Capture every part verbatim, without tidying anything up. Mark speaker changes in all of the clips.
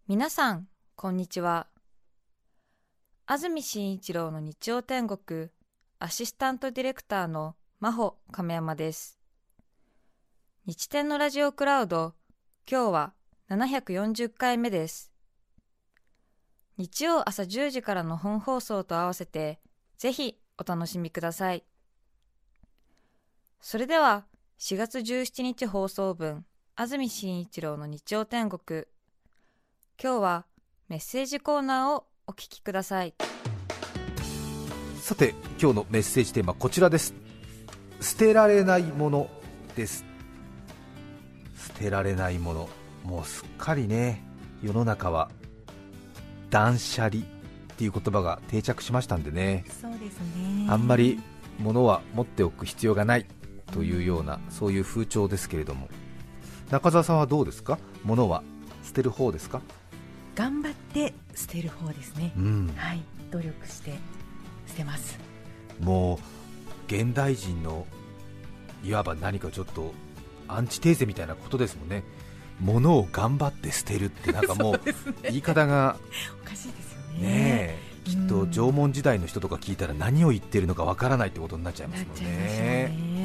Speaker 1: 皆さんこんにちは。安住紳一郎の日曜天国アシスタントディレクターの真帆亀山です。日天のラジオクラウド、今日はななひゃくよんじゅっかいめです。日曜朝じゅうじからの本放送と合わせてぜひお楽しみください。それではしがつじゅうしちにち放送分、安住紳一郎の日曜天国、今日はメッセージコーナーをお聞きください。
Speaker 2: さて今日のメッセージテーマはこちらです。捨てられないものです。捨てられないもの、もうすっかりね、世の中は断捨離っていう言葉が定着しましたんでね。
Speaker 3: そうですね、
Speaker 2: あんまり物は持っておく必要がないというような、そういう風潮ですけれども、中澤さんはどうですか？物は捨てる方ですか？
Speaker 3: 頑張って捨てる方ですね、
Speaker 2: うん、
Speaker 3: はい、努力して捨てます。
Speaker 2: もう現代人のいわば何かちょっとアンチテーゼみたいなことですもんね。物を頑張って捨てるってなんかもう言い方が
Speaker 3: おかしいですよね。
Speaker 2: ねえ、きっと縄文時代の人とか聞いたら何を言ってるのかわからないってことになっちゃいますもんね。
Speaker 3: なっちゃいますよね。うん、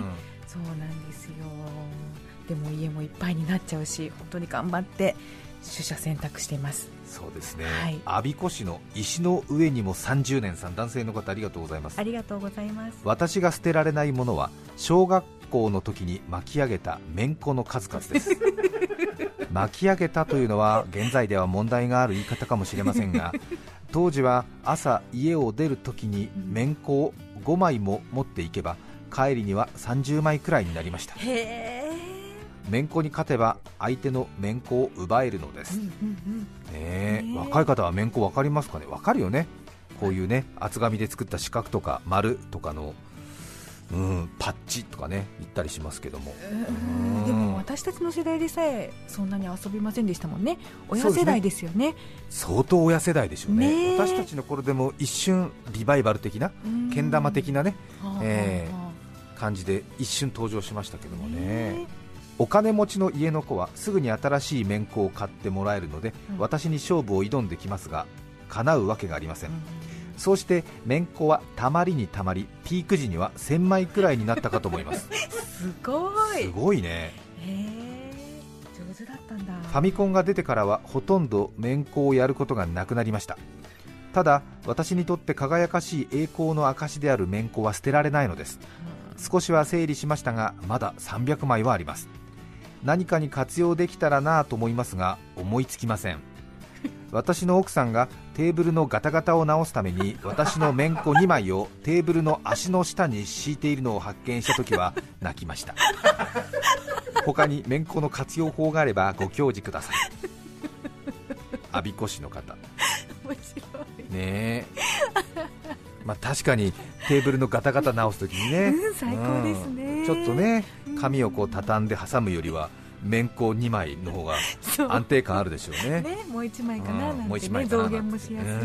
Speaker 3: そうなんですよ。でも家もいっぱいになっちゃうし、本当に頑張って取捨選択しています。
Speaker 2: そうですね、
Speaker 3: はい、
Speaker 2: 我孫子市の石の上にもさんじゅうねんさん、男性の方、ありがとうございます。
Speaker 3: ありがとうございます。
Speaker 2: 私が捨てられないものは小学校の時に巻き上げためんこの数々です巻き上げたというのは現在では問題がある言い方かもしれませんが、当時は朝家を出る時にめんこをごまいも持っていけば帰りにはさんじゅうまいくらいになりました。
Speaker 3: へー、
Speaker 2: めんこに勝てば相手のめんこを奪えるのです、
Speaker 3: うんうんうん、
Speaker 2: ねえ、
Speaker 3: ねえ、
Speaker 2: 若い方はめんこ分かりますかね？分かるよね。こういうね、厚紙で作った四角とか丸とかの、うん、パッチとかね言ったりしますけども、
Speaker 3: うん、でも私たちの世代でさえそんなに遊びませんでしたもんね。親世代ですよね。
Speaker 2: 相当親世代でしょう ね,
Speaker 3: ね。
Speaker 2: 私たちの頃でも一瞬リバイバル的な、けん玉的なね、えー、感じで一瞬登場しましたけどもね。お金持ちの家の子はすぐに新しいめんこを買ってもらえるので、うん、私に勝負を挑んできますが叶うわけがありません、うん、そうしてめんこはたまりにたまり、ピーク時にはせんまいくらいになったかと思います
Speaker 3: すごい、
Speaker 2: すごいね。
Speaker 3: へー、上手だったんだ。
Speaker 2: ファミコンが出てからはほとんどめんこをやることがなくなりました。ただ私にとって輝かしい栄光の証であるめんこは捨てられないのです、うん、少しは整理しましたがまださんびゃくまいはあります。何かに活用できたらなと思いますが思いつきません。私の奥さんがテーブルのガタガタを直すために私のめんこにまいをテーブルの足の下に敷いているのを発見したときは泣きました。他にめんこの活用法があればご教示ください。我孫子市の方、
Speaker 3: 面白い
Speaker 2: ねえ、まあ、確かにテーブルのガタガタ直すときにね、
Speaker 3: うん、最高ですね、
Speaker 2: うん、ちょっとね紙をこう畳んで挟むよりはめんこにまいの方が安定感あるでしょう ね,
Speaker 3: ね、もういちまいかな、うん、なんてね、
Speaker 2: 増
Speaker 3: 減もしやすいし、うんうん、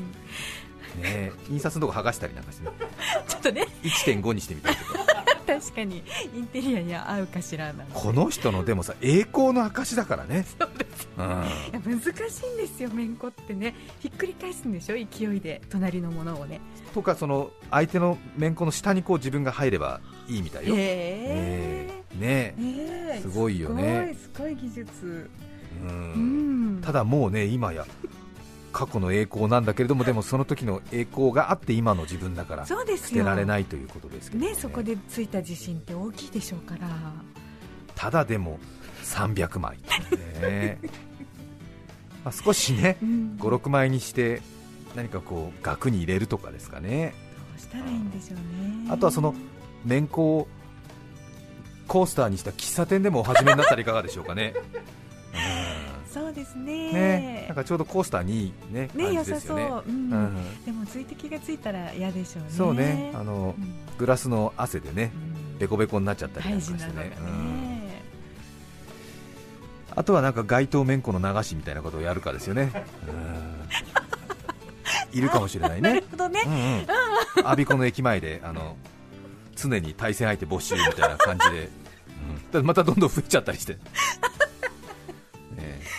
Speaker 2: ね、印刷のとこ剥がしたりなんかして、ね、
Speaker 3: ちょっとね
Speaker 2: いってんご にしてみたりとか
Speaker 3: 確かにインテリアに合うかしらなんて。
Speaker 2: この人のでもさ栄光の証だからね。
Speaker 3: そうです、うん、いや難しいんですよ、めんこってね。ひっくり返すんでしょ、勢いで隣のものをね。
Speaker 2: とかその相手のめんこの下にこう自分が入ればいいみたいよ。
Speaker 3: へ
Speaker 2: ー、ねえ、ねえ、すごいよね。
Speaker 3: すごい、すごい技術、
Speaker 2: うん、
Speaker 3: うん、
Speaker 2: ただもうね今や過去の栄光なんだけれども、でもその時の栄光があって今の自分だから捨てられないということですけど ね,
Speaker 3: ね。そこでついた自信って大きいでしょうから。
Speaker 2: ただでもさんびゃくまい、ねまあ少しね、うん、ご、ろくまいにして何かこう額に入れるとかですかね。
Speaker 3: どうしたらいいんでしょうね。
Speaker 2: あとはそのめんこをコースターにした喫茶店でもお始めになったらいかがでしょうかね。うん、
Speaker 3: そうです ね,
Speaker 2: ね、なんかちょうどコースターにいい、ね
Speaker 3: ね、
Speaker 2: 感じですよね。
Speaker 3: 良さそう、うんうん、でも水滴がついたら嫌でしょうね。
Speaker 2: そうね、あの、うん、グラスの汗でね、うん、ベコベコになっちゃったりなんかしてね、
Speaker 3: ね、うん、
Speaker 2: あとはなんか街頭めんこの流しみたいなことをやるかですよね。うん、いるかもしれないね。
Speaker 3: なるほどね、
Speaker 2: うんうん、我孫子の駅前であの常に対戦相手募集みたいな感じで、うん、またどんどん増えちゃったりして、ね、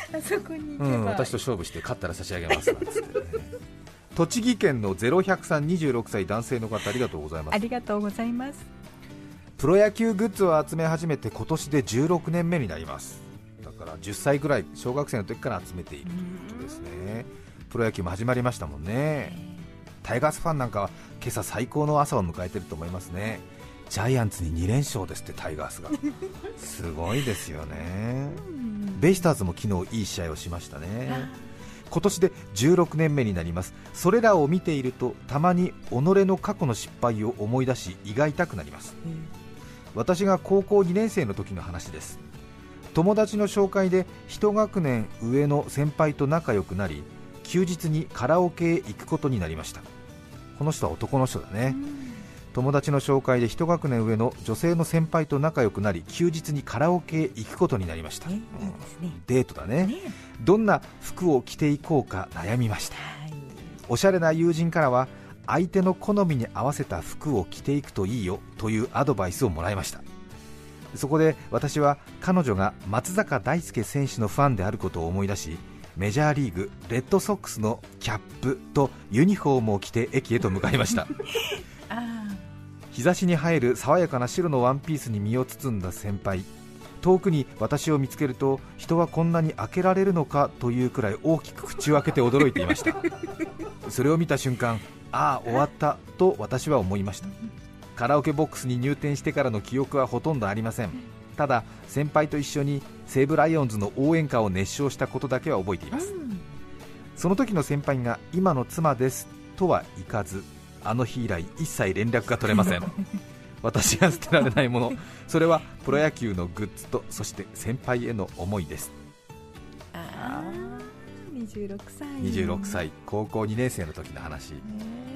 Speaker 3: あそこに行けば、
Speaker 2: うん、私と勝負して勝ったら差し上げますなんつって、ね、栃木県のゼロひゃくさんにじゅうろくさい男性の方、ありがとうございます。
Speaker 3: ありがとうございます。
Speaker 2: プロ野球グッズを集め始めて今年でじゅうろくねんめになります。だからじゅっさいぐらい、小学生の時から集めているということですね。プロ野球も始まりましたもんね。タイガースファンなんかは今朝最高の朝を迎えていると思いますね。ジャイアンツにに連勝ですって、タイガースがすごいですよね。ベイスターズも昨日いい試合をしましたね。今年でじゅうろくねんめになります。それらを見ているとたまに己の過去の失敗を思い出し胃が痛くなります。私が高校にねん生の時の話です。友達の紹介で一学年上の先輩と仲良くなり、休日にカラオケへ行くことになりました。この人は男の人だね。友達の紹介で一学年上の女性の先輩と仲良くなり、休日にカラオケへ行くことになりました。
Speaker 3: いいですね。
Speaker 2: デートだね。
Speaker 3: ね、
Speaker 2: どんな服を着ていこうか悩みました。
Speaker 3: はい、
Speaker 2: おしゃれな友人からは相手の好みに合わせた服を着ていくといいよというアドバイスをもらいました。そこで私は彼女が松坂大輔選手のファンであることを思い出し、メジャーリーグレッドソックスのキャップとユニフォームを着て駅へと向かいました
Speaker 3: あ
Speaker 2: 日差しに映える爽やかな白のワンピースに身を包んだ先輩、遠くに私を見つけると、人はこんなに開けられるのかというくらい大きく口を開けて驚いていましたそれを見た瞬間、ああ終わったと私は思いました。カラオケボックスに入店してからの記憶はほとんどありません。ただ先輩と一緒に西武ライオンズの応援歌を熱唱したことだけは覚えています。
Speaker 3: うん、
Speaker 2: その時の先輩が今の妻ですとはいかず、あの日以来一切連絡が取れません私が捨てられないもの、それはプロ野球のグッズと、そして先輩への思いです。
Speaker 3: あー、にじゅうろくさい
Speaker 2: にじゅうろくさい、高校にねん生の時の話。
Speaker 3: ね、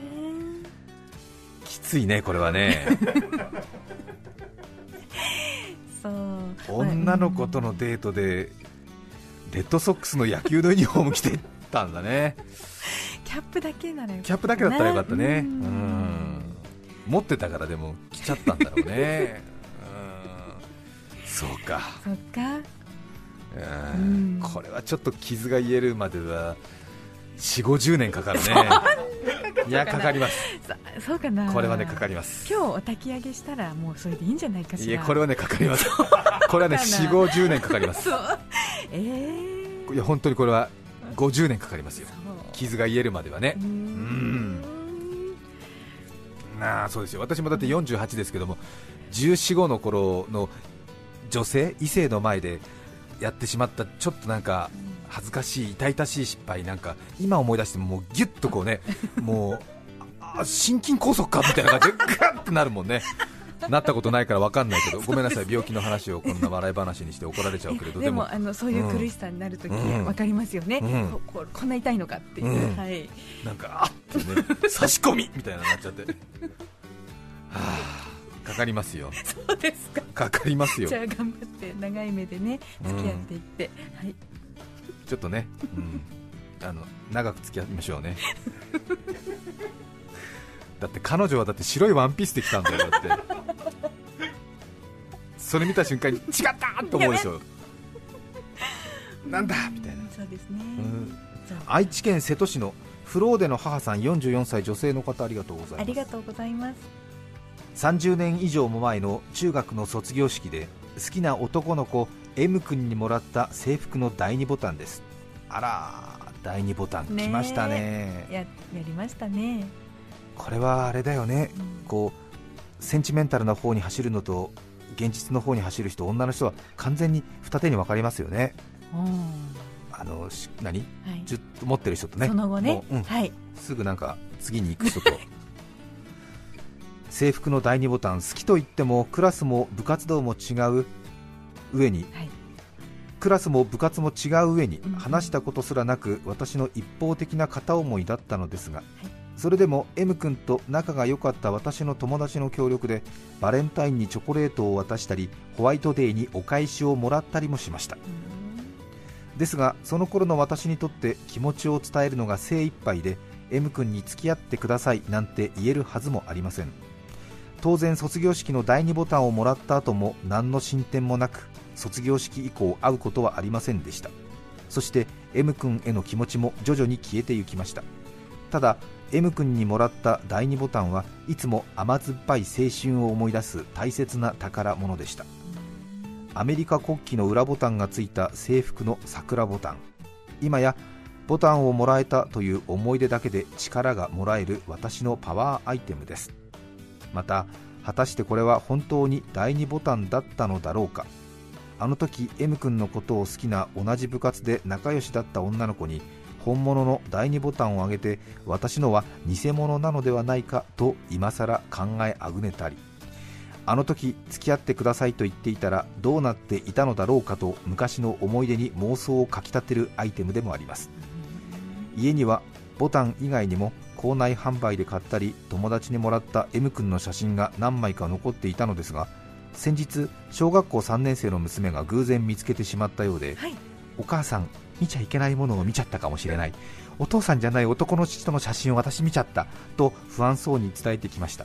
Speaker 2: きついねこれはね
Speaker 3: そう
Speaker 2: 女の子とのデートでレッドソックスの野球のユニフォーム着てたんだね。
Speaker 3: キャップだけならよかったな。
Speaker 2: キャップだけだったらよかったね。
Speaker 3: う
Speaker 2: うんん、持ってたからでも着ちゃったんだろうねうん、そうか、
Speaker 3: そっか、
Speaker 2: うん、これはちょっと傷が癒えるまではよんじゅうごじゅうねんかかるねいやかかります。
Speaker 3: そ, そうかな。
Speaker 2: これはねかかります。
Speaker 3: 今日お焚き上げしたらもうそれでいいんじゃないかしら。
Speaker 2: いやこれはねかかりますこれはねよんじゅうごじゅうねんかかります。
Speaker 3: そう、えー、
Speaker 2: いや本当にこれはごじゅうねんかかりますよ、傷が癒えるまではね。
Speaker 3: うーん、
Speaker 2: なあそうですよ。私もだってよんじゅうはちですけども、じゅうよん、ごの頃の女性異性の前でやってしまったちょっとなんか恥ずかしい痛々しい失敗、なんか今思い出してももうギュッとこうねもうあ心筋梗塞かみたいな感じでガッてなるもんねなったことないから分かんないけど、ごめんなさい、病気の話をこんな笑い話にして怒られちゃうけれど、
Speaker 3: でもあのそういう苦しさになるとき、
Speaker 2: うん
Speaker 3: 分かりますよね、
Speaker 2: うん
Speaker 3: こここんな痛いのかっていう、
Speaker 2: うん
Speaker 3: はい、
Speaker 2: なんかあってね差し込みみたいなのになっちゃってはあかかりますよ。
Speaker 3: そうですか。
Speaker 2: かかりますよ。
Speaker 3: じゃあ頑張って長い目でね付き合っていって、うん、はい、
Speaker 2: ちょっとね、うん、あの長く付き合いましょうねだって彼女はだって白いワンピースで来たんだよ。だってそれ見た瞬間に違ったと思うでしょなんだみたいな。
Speaker 3: そうですね、
Speaker 2: うん、愛知県瀬戸市のフローデの母さんよんじゅうよんさい女性の方、ありがとうございます。
Speaker 3: ありがとうございます。
Speaker 2: さんじゅうねん以上も前の中学の卒業式で好きな男の子 M 君にもらった制服のだいにボタンです。あらだいにボタン来ましたね。
Speaker 3: や, やりましたね。
Speaker 2: これはあれだよね、うん、こうセンチメンタルな方に走るのと現実の方に走る人、女の人は完全に二手に分かりますよね。あの何、はい、ずっと持ってる人とね、
Speaker 3: その後ね、うん、はい、
Speaker 2: すぐなんか次に行く人と制服のだいにボタン、好きと言ってもクラスも部活動も違う上に、はい、クラスも部活も違う上に、うん、話したことすらなく私の一方的な片思いだったのですが、はい、それでも M 君と仲が良かった私の友達の協力でバレンタインにチョコレートを渡したりホワイトデーにお返しをもらったりもしました。うん、ですがその頃の私にとって気持ちを伝えるのが精一杯で M 君に付き合ってくださいなんて言えるはずもありません。当然卒業式のだいにボタンをもらった後も何の進展もなく卒業式以降会うことはありませんでした。 そして M 君への気持ちも徐々に消えてゆきました。ただ M 君にもらっただいにボタンはいつも甘酸っぱい青春を思い出す大切な宝物でした。アメリカ国旗の裏ボタンがついた制服の桜ボタン、今やボタンをもらえたという思い出だけで力がもらえる私のパワーアイテムです。また果たしてこれは本当にだいにボタンだったのだろうか。あの時 M 君のことを好きな同じ部活で仲良しだった女の子に本物のだいにボタンをあげて私のは偽物なのではないかと今さら考えあぐねたり、あの時付き合ってくださいと言っていたらどうなっていたのだろうかと昔の思い出に妄想をかきたてるアイテムでもあります。家にはボタン以外にも校内販売で買ったり友達にもらった M 君の写真が何枚か残っていたのですが、先日小学校さんねん生の娘が偶然見つけてしまったようで、はい、お母さん見ちゃいけないものを見ちゃったかもしれない、お父さんじゃない男の父との写真を私見ちゃったと不安そうに伝えてきました。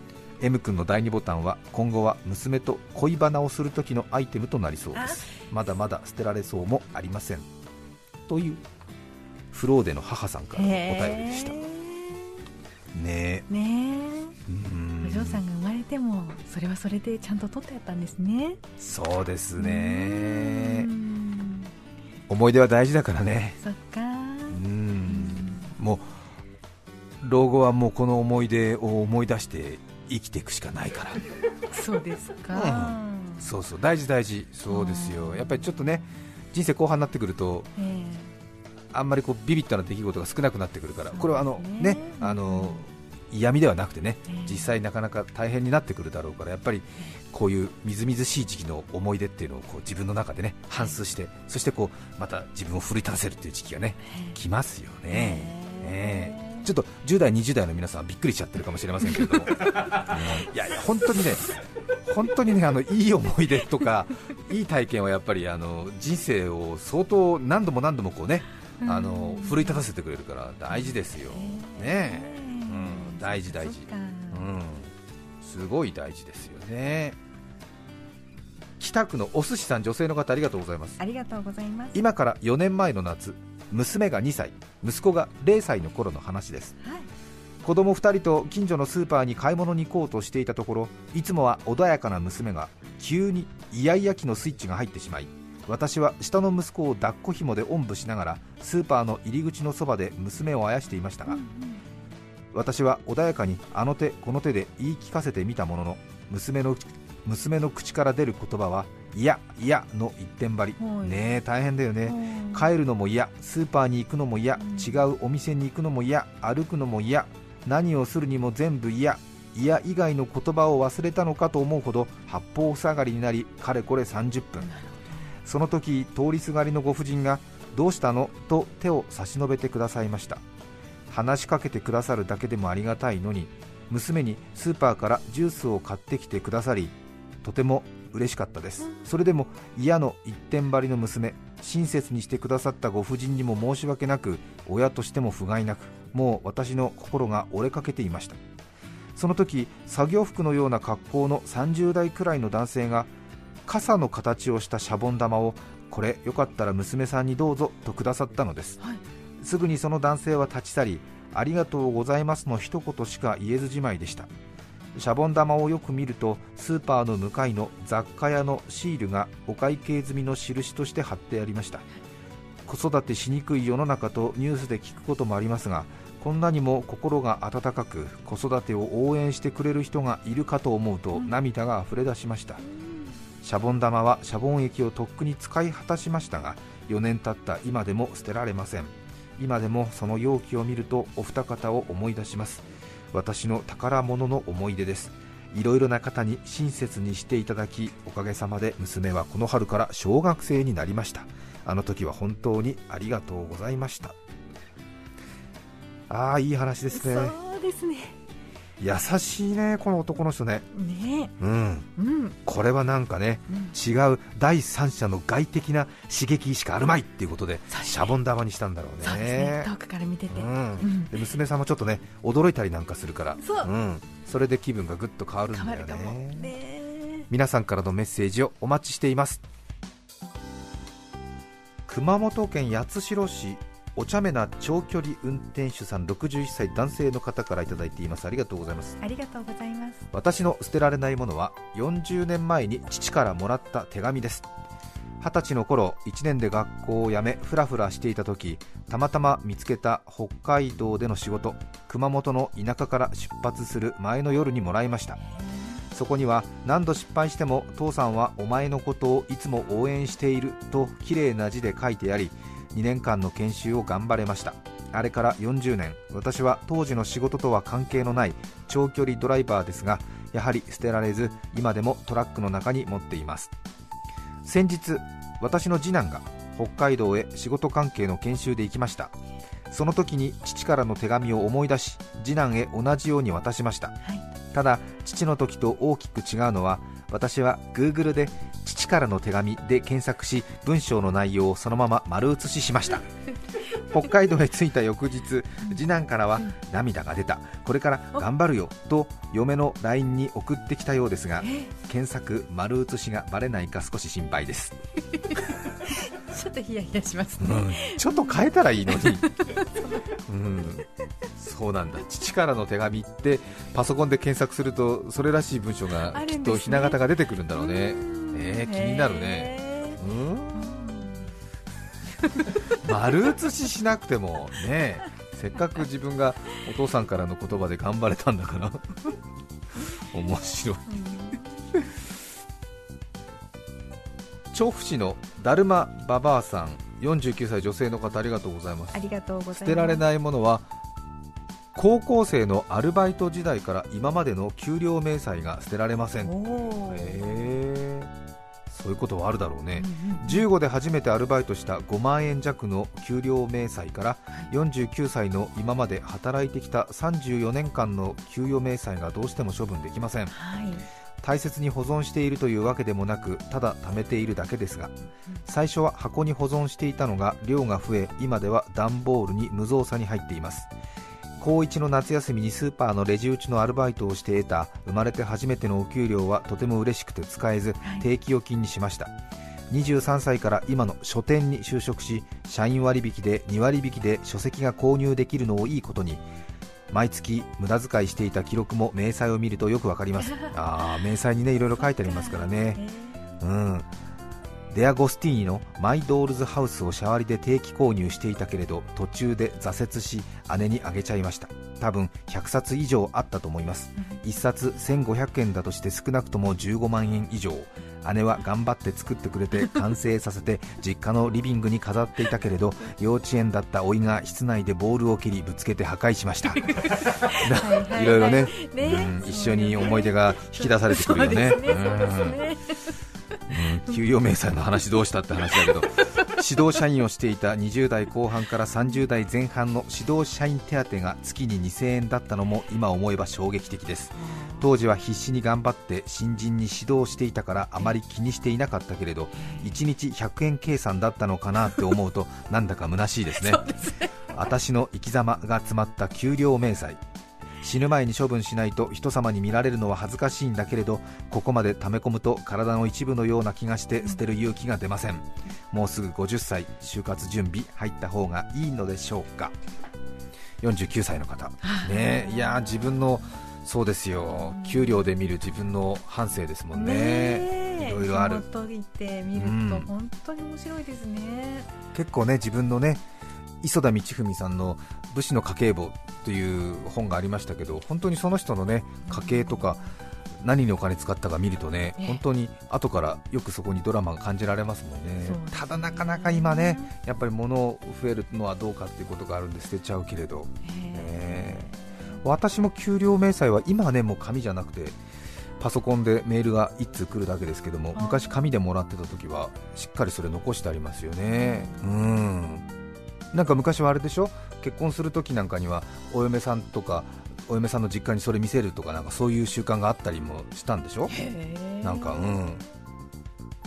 Speaker 2: M 君のだいにボタンは今後は娘と恋バナをする時のアイテムとなりそうです。まだまだ捨てられそうもありませんというフローデの母さんからのお便りでした。ねえ
Speaker 3: ねえ、お嬢さんが生まれてもそれはそれでちゃんと取ってやったんですね。
Speaker 2: そうですね、思い出は大事だからね。
Speaker 3: そっか、
Speaker 2: うんもう老後はもうこの思い出を思い出して生きていくしかないから
Speaker 3: そうですか、
Speaker 2: うん、そうそう大事大事、そうですよ。やっぱりちょっとね人生後半になってくると、えーあんまりこうビビッドな出来事が少なくなってくるから、これはあの、ね、あの嫌味ではなくてね、実際なかなか大変になってくるだろうから、やっぱりこういうみずみずしい時期の思い出っていうのをこう自分の中でね反芻して、そしてこうまた自分を奮い立たせるっていう時期がね来ますよね。ねちょっとじゅう代にじゅう代の皆さんはびっくりしちゃってるかもしれませんけれども、うん、いやいや本当にね本当にねあのいい思い出とかいい体験はやっぱりあの人生を相当何度も何度もこうねあの奮い立たせてくれるから大事ですよ、ねうん、大事大事、うん、すごい大事ですよね。北区のお寿司さん、女性の方ありがとうございます。
Speaker 3: ありがとうございます。
Speaker 2: 今からよねんまえの夏、娘がにさい、息子がゼロさいの頃の話です、はい、子供ふたりと近所のスーパーに買い物に行こうとしていたところ、いつもは穏やかな娘が急にイヤイヤ期のスイッチが入ってしまい、私は下の息子を抱っこ紐でおんぶしながらスーパーの入り口のそばで娘をあやしていましたが、うんうん、私は穏やかにあの手この手で言い聞かせてみたものの、娘の娘の口から出る言葉はいやいやの一点張り、ねえ大変だよね。帰るのも嫌、スーパーに行くのも嫌、違うお店に行くのも嫌、歩くのも嫌、何をするにも全部嫌、いや以外の言葉を忘れたのかと思うほど八方塞がりになり、かれこれさんじゅっぷん。その時通りすがりのご婦人がどうしたのと手を差し伸べてくださいました。話しかけてくださるだけでもありがたいのに、娘にスーパーからジュースを買ってきてくださり、とても嬉しかったです。それでも嫌の一点張りの娘、親切にしてくださったご婦人にも申し訳なく、親としても不甲斐なく、もう私の心が折れかけていました。その時作業服のような格好のさんじゅう代くらいの男性が傘の形をしたシャボン玉を、これよかったら娘さんにどうぞとくださったのです、はい、すぐにその男性は立ち去り、ありがとうございますの一言しか言えずじまいでした。シャボン玉をよく見ると、スーパーの向かいの雑貨屋のシールがお会計済みの印として貼ってありました。子育てしにくい世の中とニュースで聞くこともありますが、こんなにも心が温かく子育てを応援してくれる人がいるかと思うと、涙が溢れ出しました。シャボン玉はシャボン液をとっくに使い果たしましたが、よねん経った今でも捨てられません。今でもその容器を見るとお二方を思い出します。私の宝物の思い出です。いろいろな方に親切にしていただき、おかげさまで娘はこの春から小学生になりました。あの時は本当にありがとうございました。ああ、いい話ですね。
Speaker 3: そうですね。
Speaker 2: 優しいね、この男の人ね。
Speaker 3: ね、
Speaker 2: うんうん、これはなんかね、うん、違う第三者の外的な刺激しかあるまいっていうことで、シャボン玉にしたんだろうね。
Speaker 3: そうですね、遠くから見てて、うん
Speaker 2: うん、で娘さんもちょっとね驚いたりなんかするから、そう、うん、それで気分がぐっと変わるんだよ ね, ね。皆さんからのメッセージをお待ちしています。 熊本県八代市お茶目な長距離運転手さんろくじゅういっさい男性の方からいただいています。ありがとうございます。
Speaker 3: ありがとうございます。
Speaker 2: 私の捨てられないものはよんじゅうねんまえに父からもらった手紙です。はたちの頃、いちねんで学校を辞めフラフラしていた時、たまたま見つけた北海道での仕事、熊本の田舎から出発する前の夜にもらいました。そこには何度失敗しても父さんはお前のことをいつも応援していると綺麗な字で書いてあり、にねんかんの研修を頑張れました。あれからよんじゅうねん、私は当時の仕事とは関係のない長距離ドライバーですが、やはり捨てられず今でもトラックの中に持っています。先日、私の次男が北海道へ仕事関係の研修で行きました。その時に父からの手紙を思い出し、次男へ同じように渡しました、はい、ただ父の時と大きく違うのは、私は Google で父からの手紙で検索し、文章の内容をそのまま丸写ししました北海道へ着いた翌日、次男からは涙が出た、これから頑張るよと嫁の ライン に送ってきたようですが、検索丸写しがバレないか少し心配です
Speaker 3: ちょっとヒヤヒヤしますね、
Speaker 2: うん、ちょっと変えたらいいのにうん、そうなんだ。父からの手紙ってパソコンで検索するとそれらしい文章がきっとひな形が出てくるんだろうね。えー、気になるね。うん丸写ししなくてもね、せっかく自分がお父さんからの言葉で頑張れたんだから面白い調布市のだるまババアさん、よんじゅうきゅうさい女性の方、ありがとうございます。
Speaker 3: ありがとうございます。
Speaker 2: 捨てられないものは、高校生のアルバイト時代から今までの給料明細が捨てられません。へー、そういうことはあるだろうね、うんうん、じゅうごで初めてアルバイトしたごまんえん弱の給料明細からよんじゅうきゅうさいの今まで働いてきたさんじゅうよねんかんの給与明細がどうしても処分できません、はい、大切に保存しているというわけでもなく、ただ貯めているだけですが、最初は箱に保存していたのが量が増え、今では段ボールに無造作に入っています。高いちの夏休みにスーパーのレジ打ちのアルバイトをして得た生まれて初めてのお給料はとても嬉しくて使えず、定期預金にしました。にじゅうさんさいから今の書店に就職し、社員割引でにわり引きで書籍が購入できるのをいいことに、毎月無駄遣いしていた記録も明細を見るとよくわかりますあー、明細にね、いろいろ書いてありますからね。うん、デアゴスティーニのマイドールズハウスをシャワリで定期購入していたけれど、途中で挫折し姉にあげちゃいました。多分ひゃくさつ以上あったと思います。いっさつせんごひゃくえんだとして少なくともじゅうごまんえん以上。姉は頑張って作ってくれて完成させて実家のリビングに飾っていたけれど、幼稚園だった甥が室内でボールを切りぶつけて破壊しましたいろいろ ね, ね、うん、一緒に思い出が引き出されてくるよね。うん、給与明細の話どうしたって話だけど指導社員をしていたにじゅうだいこう半からさんじゅうだいぜん半の指導社員手当が月ににせんえんだったのも今思えば衝撃的です。当時は必死に頑張って新人に指導していたからあまり気にしていなかったけれど、いちにちひゃくえん計算だったのかなって思うとなんだか虚しいですね私の生き様が詰まった給料明細、死ぬ前に処分しないと人様に見られるのは恥ずかしいんだけれど、ここまで溜め込むと体の一部のような気がして捨てる勇気が出ません。もうすぐごじゅっさい、就活準備入った方がいいのでしょうか。よんじゅうきゅうさいの方ね。いや自分の、そうですよ、給料で見る自分の半生ですもん ね, ねいろいろある。
Speaker 3: 紐解いてみると本当に面白いですね、
Speaker 2: うん、結構ね、自分のね、磯田道文さんの武士の家計簿という本がありましたけど、本当にその人のね、家計とか何にお金使ったか見るとね、本当に後からよくそこにドラマが感じられますもんね。ただなかなか今ね、やっぱり物増えるのはどうかっていうことがあるんで捨てちゃうけれど、ね、私も給料明細は今はね、もう紙じゃなくてパソコンでメールが一通来るだけですけども、昔紙でもらってた時はしっかりそれ残してありますよね。うん、なんか昔はあれでしょ、結婚するときなんかにはお嫁さんとかお嫁さんの実家にそれ見せるとか、なんかそういう習慣があったりもしたんでしょ。なんか、うん、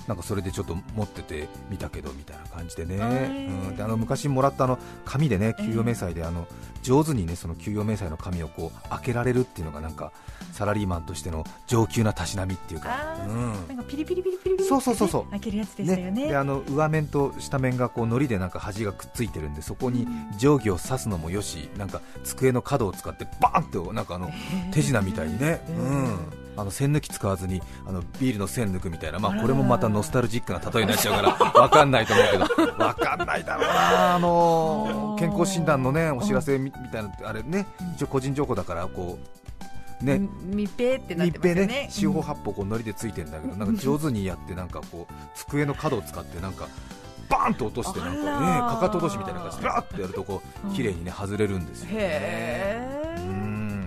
Speaker 2: なんかそれでちょっと持っててみたけどみたいな感じでね、
Speaker 3: ー
Speaker 2: うん、であの昔もらったあの紙でね、給与明細であの上手にねその給与明細の紙をこう開けられるっていうのがなんかサラリーマンとしての上級なたしなみっていうか、
Speaker 3: あー、
Speaker 2: うん、
Speaker 3: なんかピリピリピリピリピリって、ね、
Speaker 2: そうそうそうそう
Speaker 3: 開けるやつでしたよね。
Speaker 2: であの上面と下面がこう糊でなんか端がくっついてるんで、そこに定規を刺すのもよし、なんか机の角を使ってバーンってなんかあの手品みたいにね、うん、あの線抜き使わずにあのビールの線抜くみたいな、まあ、これもまたノスタルジックな例えになっちゃうから分かんないと思うけど分かんないだろうな、あの健康診断のねお知らせみたいなあれね、一応個人情報だからこうね、
Speaker 3: 密閉ってなってますよね。
Speaker 2: 密閉ね、四方八方こう糊でついてるんだけど、なんか上手にやってなんかこう机の角を使ってなんかバーンと落としてなんかね、かかと落としみたいな感じでバーッとやるとこう綺麗にね外れるんですよ、ね、
Speaker 3: へー、
Speaker 2: うん、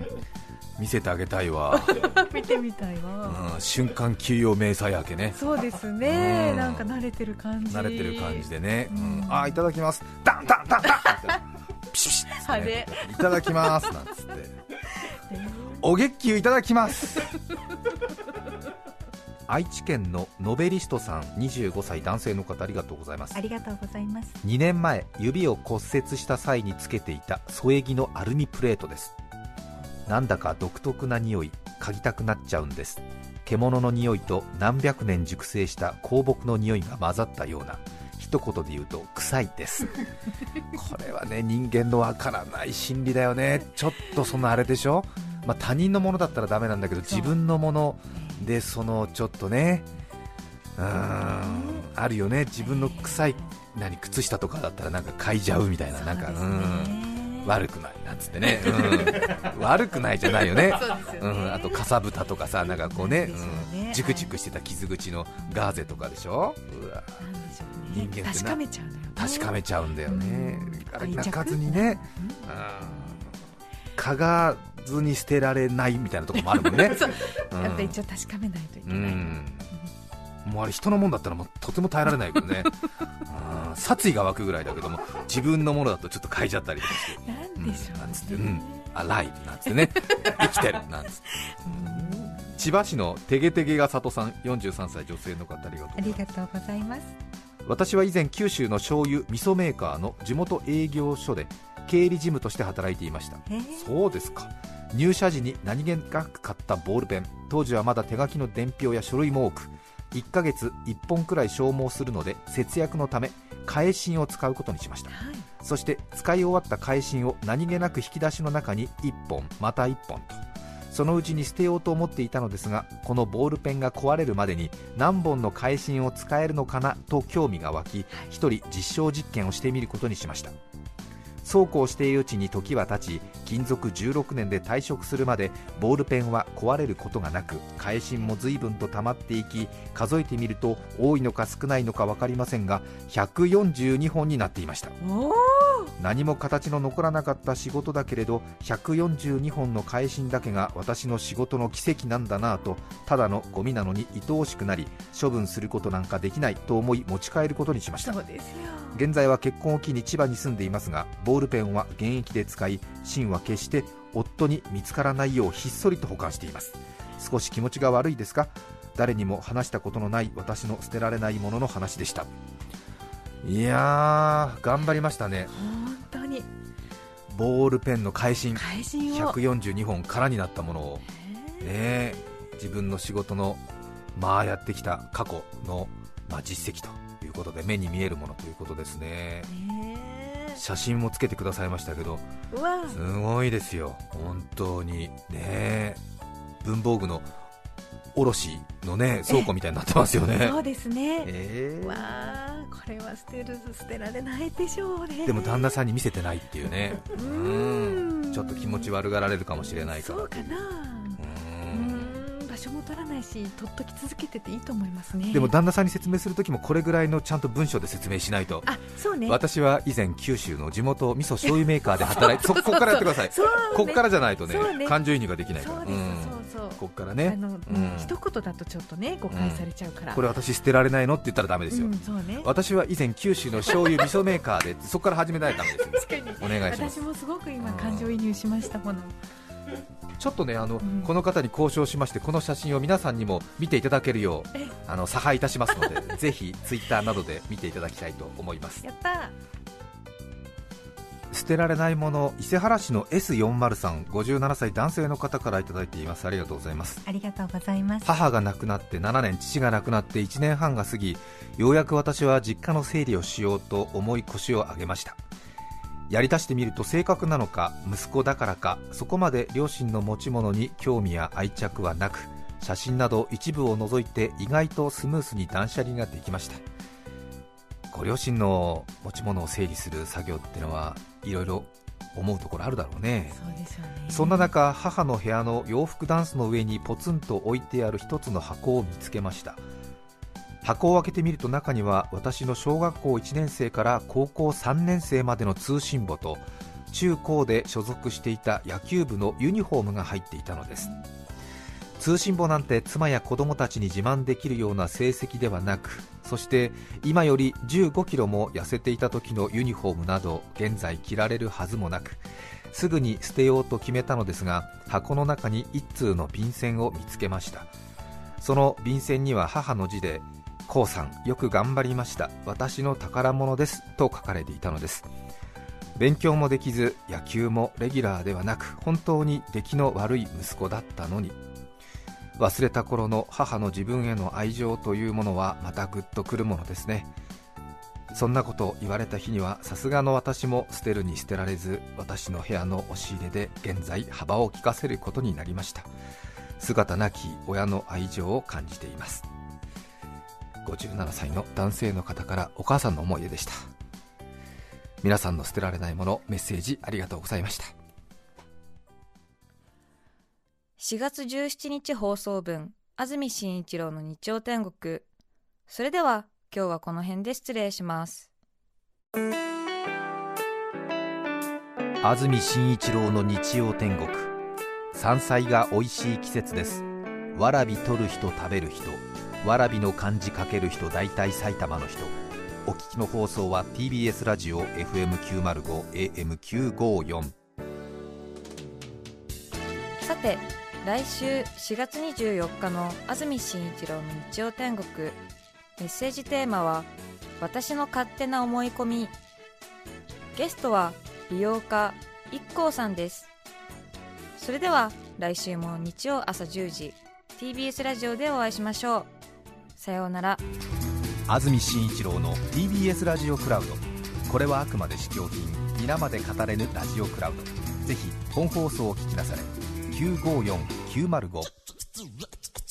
Speaker 2: 見せてあげたいわ
Speaker 3: 見てみたいわ、
Speaker 2: うん、瞬間給与明細明けね、
Speaker 3: そうですね、
Speaker 2: うん、
Speaker 3: なんか慣れてる感じ、
Speaker 2: 慣れてる感じでね、
Speaker 3: う
Speaker 2: うんん、あいただきます、ダンダンダンダンピシピシッ、ね、いただきますなんつってお月給いただきます愛知県のノベリストさん、にじゅうごさい男性の方、ありがとうございます。
Speaker 3: ありがとうございます。
Speaker 2: にねんまえ指を骨折した際につけていた添え木のアルミプレートです。なんだか独特な匂い、嗅ぎたくなっちゃうんです。獣の匂いと何百年熟成した香木の匂いが混ざったような、一言で言うと臭いですこれはね人間のわからない心理だよね。ちょっとそのあれでしょ、まあ、他人のものだったらダメなんだけど、自分のものでそのちょっとね、うーんあるよね、自分の臭い何靴下とかだったらなんか嗅いじゃうみたいな、なんか、うん、悪くないなんつってね、うん、悪くないじゃないよね、うん、あとかさぶたとかさ、なんかこうね、うん、ジュクジュクしてた傷口のガーゼとかでしょ、うわ人間ってな
Speaker 3: 確かめちゃうのよね、
Speaker 2: 確かめちゃうんだよね、
Speaker 3: うん、
Speaker 2: あれ泣かずにね、嗅がずに捨てられないみたいなところもあるもんね
Speaker 3: うん、やっぱ一応確かめないといけない、うん、
Speaker 2: もうあれ人のもんだったらもうとても耐えられないけどねうん、殺意が湧くぐらいだけども、自分のものだとちょっと嗅いじゃったりとかして、
Speaker 3: なんでしょうね、
Speaker 2: うん、なんつって、うん、アライブなんつってね生きてるなんつって、うん、千葉市のてげてげが里さん、よんじゅうさんさい女性の方、ありがとうございます。
Speaker 3: ありがとうございます。
Speaker 2: 私は以前九州の醤油味噌メーカーの地元営業所で経理事務として働いていました。そうですか。入社時に何気なく買ったボールペン、当時はまだ手書きの伝票や書類も多く、いっかげついっぽんくらい消耗するので節約のため替芯を使うことにしました、はい、そして使い終わった替芯を何気なく引き出しの中にいっぽんまたいっぽんと、そのうちに捨てようと思っていたのですが、このボールペンが壊れるまでに何本の替芯を使えるのかなと興味が湧き、一人実証実験をしてみることにしました。そうこうしているうちに時は経ち、勤続じゅうろくねんで退職するまでボールペンは壊れることがなく、替芯も随分と溜まっていき、数えてみると多いのか少ないのか分かりませんがひゃくよんじゅうにほんになっていました。何も形の残らなかった仕事だけれどひゃくよんじゅうにほんの替芯だけが私の仕事の奇跡なんだなぁと、ただのゴミなのに愛おしくなり、処分することなんかできないと思い持ち帰ることにしました。
Speaker 3: そうですよ。
Speaker 2: 現在は結婚を機に千葉に住んでいますが、ボールペンは現役で使い、芯は決して夫に見つからないようひっそりと保管しています。少し気持ちが悪いですか？誰にも話したことのない私の捨てられないものの話でした。いやー頑張りましたね。
Speaker 3: 本当に
Speaker 2: ボールペンの替芯
Speaker 3: 替芯を
Speaker 2: ひゃくよんじゅうにほん空になったものを、ね、自分の仕事のまあやってきた過去の、まあ、実績ということで目に見えるものということですね。写真もつけてくださいましたけど、
Speaker 3: うわ
Speaker 2: すごいですよ本当にね。文房具の卸のね倉庫みたいになってますよね。
Speaker 3: そうですね、
Speaker 2: えー、
Speaker 3: わあこれは捨てる捨てられないでしょうね。
Speaker 2: でも旦那さんに見せてないっていうねうーんちょっと気持ち悪がられるかもしれないから。
Speaker 3: そうかな。うーん場所も取らないし取っとき続けてていいと思いますね。
Speaker 2: でも旦那さんに説明するときもこれぐらいのちゃんと文章で説明しないと。
Speaker 3: あそうね、
Speaker 2: 私は以前九州の地元味噌醤油メーカーで働いてそこからやってください。
Speaker 3: そうそう
Speaker 2: ここからじゃないと ね,
Speaker 3: ね
Speaker 2: 感情移入ができないから。
Speaker 3: そうです、うん、そうそう
Speaker 2: ここからね
Speaker 3: あの、うん、一言だとちょっとね誤解されちゃうから、うん、
Speaker 2: これ私捨てられないのって言ったらダメですよ、
Speaker 3: うんそうね、
Speaker 2: 私は以前九州の醤油味噌メーカーでそこから始めないとダメですよ。
Speaker 3: 確かに
Speaker 2: お願いします。
Speaker 3: 私もすごく今感情移入しましたもの。
Speaker 2: ちょっとねあの、
Speaker 3: うん、
Speaker 2: この方に交渉しまして、この写真を皆さんにも見ていただけるようあの差配いたしますのでぜひツイッターなどで見ていただきたいと思います。
Speaker 3: やったー。
Speaker 2: 捨てられないもの、伊勢原市の エスよんじゅう さん、ごじゅうななさい男性の方からいただいています。ありがとうございます。
Speaker 4: ありがとうございます。
Speaker 2: 母が亡くなってななねん、父が亡くなっていちねんはんが過ぎ、ようやく私は実家の整理をしようと思い腰を上げました。やりだしてみると性格なのか息子だからか、そこまで両親の持ち物に興味や愛着はなく、写真など一部を除いて意外とスムースに断捨離ができました。ご両親の持ち物を整理する作業ってのはいろいろ思うところあるだろうね。
Speaker 3: そうでしょうね。
Speaker 2: そんな中、母の部屋の洋服ダンスの上にポツンと置いてある一つの箱を見つけました。箱を開けてみると、中には私の小学校いちねん生から高校さんねん生までの通信簿と、中高で所属していた野球部のユニフォームが入っていたのです。通信簿なんて妻や子供たちに自慢できるような成績ではなく、そして今よりじゅうごキロも痩せていた時のユニフォームなど現在着られるはずもなく、すぐに捨てようと決めたのですが、箱の中に一通の便箋を見つけました。その便箋には母の字で、こうさんよく頑張りました、私の宝物ですと書かれていたのです。勉強もできず野球もレギュラーではなく、本当に出来の悪い息子だったのに。忘れた頃の母の自分への愛情というものはまたグッとくるものですね。そんなことを言われた日には、さすがの私も捨てるに捨てられず、私の部屋の押し入れで現在幅を利かせることになりました。姿なき親の愛情を感じています。ごじゅうななさいの男性の方からお母さんの思い出でした。皆さんの捨てられないもの、メッセージありがとうございました。
Speaker 1: しがつじゅうしちにち放送分、安住紳一郎の日曜天国。それでは今日はこの辺で失礼します。
Speaker 2: 安住紳一郎の日曜天国。山菜が美味しい季節です。わらび取る人食べる人、わらびの漢字書ける人、大体埼玉の人。お聞きの放送は ティービーエス ラジオ エフエムきゅうまるご エーエムきゅうごよん。
Speaker 1: さて、来週しがつにじゅうよっかの安住紳一郎の日曜天国、メッセージテーマは私の勝手な思い込み。ゲストは美容家 イッコー さんです。それでは来週も日曜朝じゅうじ ティービーエス ラジオでお会いしましょう。さようなら。
Speaker 2: 安住紳一郎の ティービーエス ラジオクラウド。これはあくまで試供品、皆まで語れぬラジオクラウド。ぜひ本放送を聞きなされ。きゅうごよん きゅうまるご